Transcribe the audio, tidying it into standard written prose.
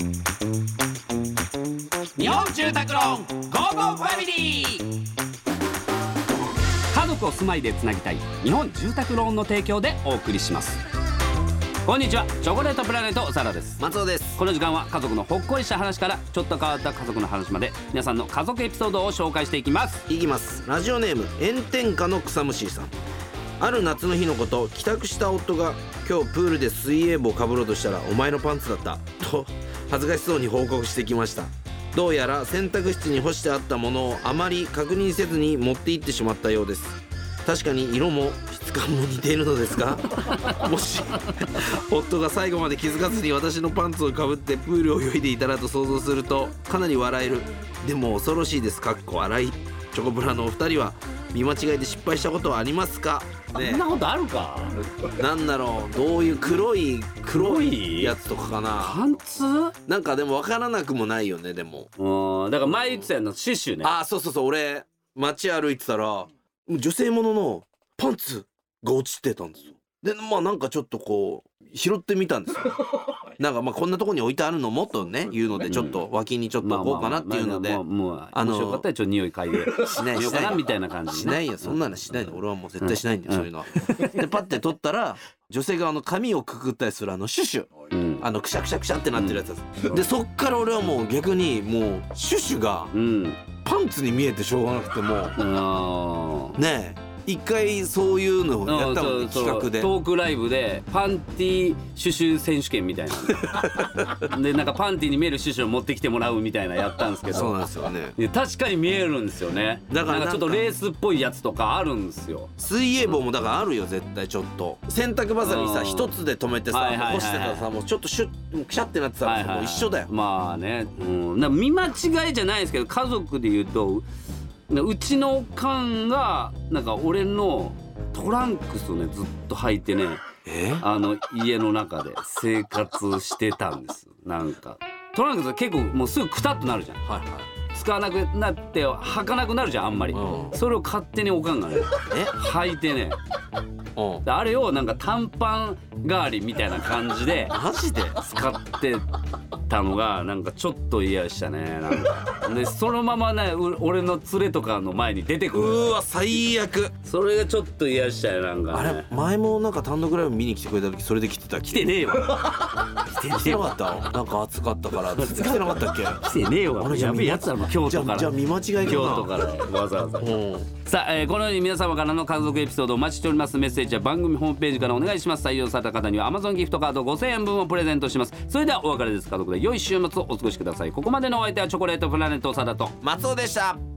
日本住宅ローンゴーゴーファミリー。家族を住まいでつなぎたい日本住宅ローンの提供でお送りします。こんにちは、チョコレートプラネット長田です。 松尾です。 この時間は家族のほっこりした話からちょっと変わった家族の話まで、皆さんの家族エピソードを紹介していきます。 ラジオネーム炎天下の草むしさん。ある夏の日のこと、帰宅した夫が今日プールで水泳帽をかぶろうとしたらお前のパンツだったと恥ずかしそうに報告してきました。どうやら洗濯室に干してあったものをあまり確認せずに持って行ってしまったようです。確かに色も質感も似ているのですがもし夫が最後まで気づかずに私のパンツをかぶってプールを泳いでいたらと想像するとかなり笑える。でも恐ろしいです。かっこ笑い。チョコプラのお二人は見間違いで失敗したことはありますか、ね、 そんなことあるか。 なんだろう、どういう黒いやつとかかな。 パンツなんかでも分からなくもないよね。でもだから前言ってたやんのシュッシュね。 あ、そう俺街歩いてたら女性もののパンツが落ちてたんですよ。でなんかちょっとこう拾ってみたんですよなんかこんなとこに置いてあるのもとね言うので、ちょっと脇にちょっと置こうかなっていうので、 もしよかったらちょっと匂い嗅いでしないかなみたいな感じ。 しないよ、そんなのしないの。俺はもう絶対しないんだよ、そういうのは。でパッて取ったら女性が髪をくくったりするシュシュ、くしゃくしゃくしゃってなってるやつです、でそっから俺はもう逆にもうシュシュがパンツに見えてしょうがなくてもねえ一回そういうのをやったもんね、企画でトークライブでパンティシュシュ選手権みたいなでなんかパンティに見えるシュシュを持ってきてもらうみたいなやったんですけど、 そうなんですよね。 確かに見えるんですよね。だからなんかちょっとレースっぽいやつとかあるんですよ。 水泳帽もだからあるよ絶対。ちょっと洗濯バサミさ一つで止めてさ干してたらさ、もうちょっとシュックシャってなってたらもう一緒だよ。 まあね、見間違いじゃないですけど、家族でいうとうちのおかんがなんか俺のトランクスをねずっと履いてね、家の中で生活してたんです。なんかトランクスは結構もうすぐクタッとなるじゃん、使わなくなって履かなくなるじゃんあんまり、それを勝手におかんがね履いてね、あれをなんか短パン代わりみたいな感じでマジで使ってたのがなんかちょっと嫌でしたね。なんかでそのままね俺の連れとかの前に出てくる。 うわ最悪。 それがちょっと嫌でしたよ。なんかね、 あれ前もなんか単独ライブ見に来てくれた時それで来てたっけ。 来てねえわ来てなかった。なんか暑かったから来てなかったっけ。 来てねえわ。やべえやつだろ京都から。 じゃあ見間違いかな。 京都からわざわざさあ、このように皆様からの家族エピソードお待ちしております。メッセージは番組ホームページからお願いします。採用された方には Amazon ギフトカード5000円分をプレゼントします。それではお別れです。家族で良い週末をお過ごしください。ここまでのお相手はチョコレートプラネット長田と松尾でした。